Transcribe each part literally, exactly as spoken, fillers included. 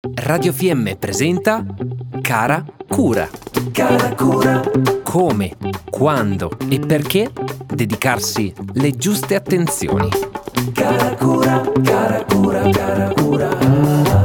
Radio F M presenta Cara Cura. Cara Cura. Come, quando e perché dedicarsi le giuste attenzioni. Cara Cura, cara cura, cara cura.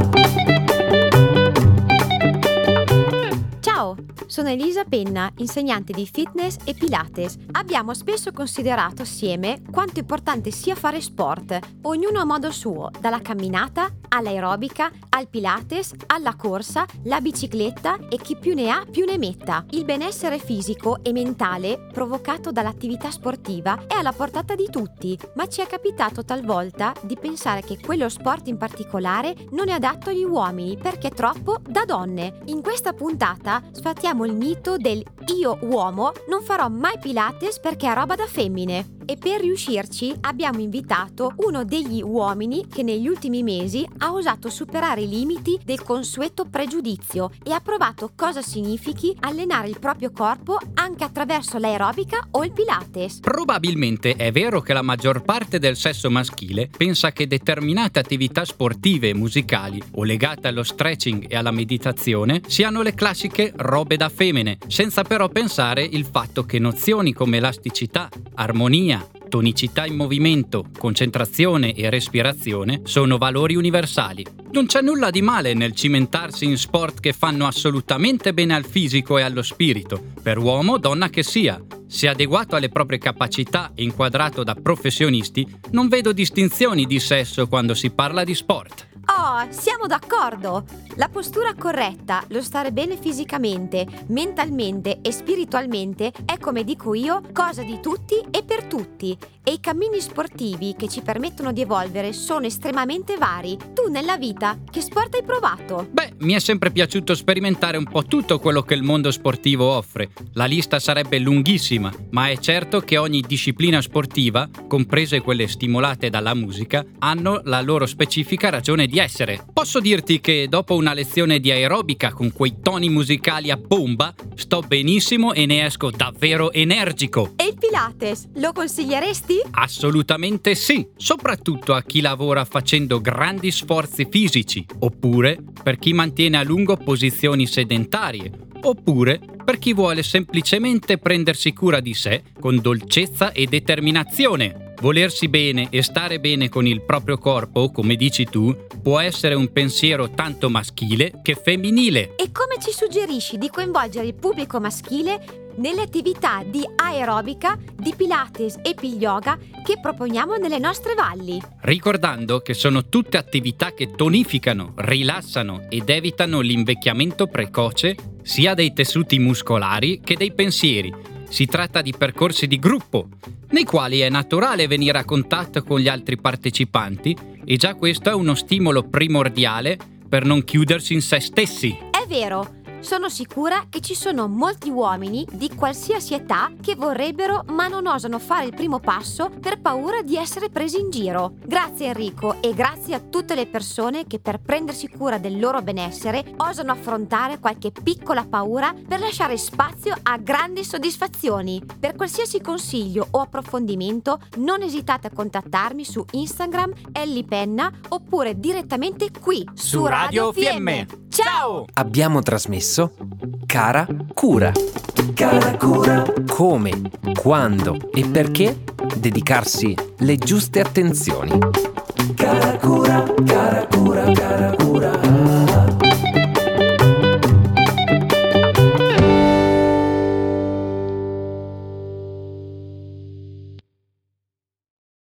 Ciao, sono Elisa Penna, insegnante di fitness e Pilates. Abbiamo spesso considerato assieme quanto importante sia fare sport, ognuno a modo suo, dalla camminata all'aerobica, al Pilates, alla corsa, la bicicletta e chi più ne ha più ne metta. Il benessere fisico e mentale provocato dall'attività sportiva è alla portata di tutti, ma ci è capitato talvolta di pensare che quello sport in particolare non è adatto agli uomini perché è troppo da donne. In questa puntata sfattiamo il mito del io uomo non farò mai Pilates perché è roba da femmine. E per riuscirci abbiamo invitato uno degli uomini che negli ultimi mesi ha osato superare i limiti del consueto pregiudizio e ha provato cosa significhi allenare il proprio corpo anche attraverso l'aerobica o il Pilates. Probabilmente è vero che la maggior parte del sesso maschile pensa che determinate attività sportive e musicali o legate allo stretching e alla meditazione siano le classiche robe da femmine, senza però pensare il fatto che nozioni come elasticità, armonia, tonicità in movimento, concentrazione e respirazione sono valori universali. Non c'è nulla di male nel cimentarsi in sport che fanno assolutamente bene al fisico e allo spirito, per uomo o donna che sia. Se adeguato alle proprie capacità e inquadrato da professionisti, non vedo distinzioni di sesso quando si parla di sport. Oh, siamo d'accordo! La postura corretta, lo stare bene fisicamente, mentalmente e spiritualmente è, come dico io, cosa di tutti e per tutti. E i cammini sportivi che ci permettono di evolvere sono estremamente vari. Tu nella vita, che sport hai provato? Beh, mi è sempre piaciuto sperimentare un po' tutto quello che il mondo sportivo offre. La lista sarebbe lunghissima, ma è certo che ogni disciplina sportiva, comprese quelle stimolate dalla musica, hanno la loro specifica ragione di essere. Posso dirti che dopo una lezione di aerobica con quei toni musicali a bomba, sto benissimo e ne esco davvero energico. E il Pilates, lo consiglieresti? Assolutamente sì, soprattutto a chi lavora facendo grandi sforzi fisici, oppure per chi mantiene a lungo posizioni sedentarie, oppure per chi vuole semplicemente prendersi cura di sé con dolcezza e determinazione. Volersi bene e stare bene con il proprio corpo, come dici tu, può essere un pensiero tanto maschile che femminile. E come ci suggerisci di coinvolgere il pubblico maschile nelle attività di aerobica, di Pilates e Pi Yoga che proponiamo nelle nostre valli? Ricordando che sono tutte attività che tonificano, rilassano ed evitano l'invecchiamento precoce sia dei tessuti muscolari che dei pensieri. Si tratta di percorsi di gruppo, nei quali è naturale venire a contatto con gli altri partecipanti e già questo è uno stimolo primordiale per non chiudersi in se stessi. È vero! Sono sicura che ci sono molti uomini di qualsiasi età che vorrebbero ma non osano fare il primo passo per paura di essere presi in giro. Grazie Enrico e grazie a tutte le persone che per prendersi cura del loro benessere osano affrontare qualche piccola paura per lasciare spazio a grandi soddisfazioni. Per qualsiasi consiglio o approfondimento non esitate a contattarmi su Instagram Elli Penna oppure direttamente qui su, Su Radio Radio F M. Ciao! Abbiamo trasmesso Cara Cura. Cara Cura. Come, quando e perché dedicarsi le giuste attenzioni. Cara Cura, cara cura, cara cura.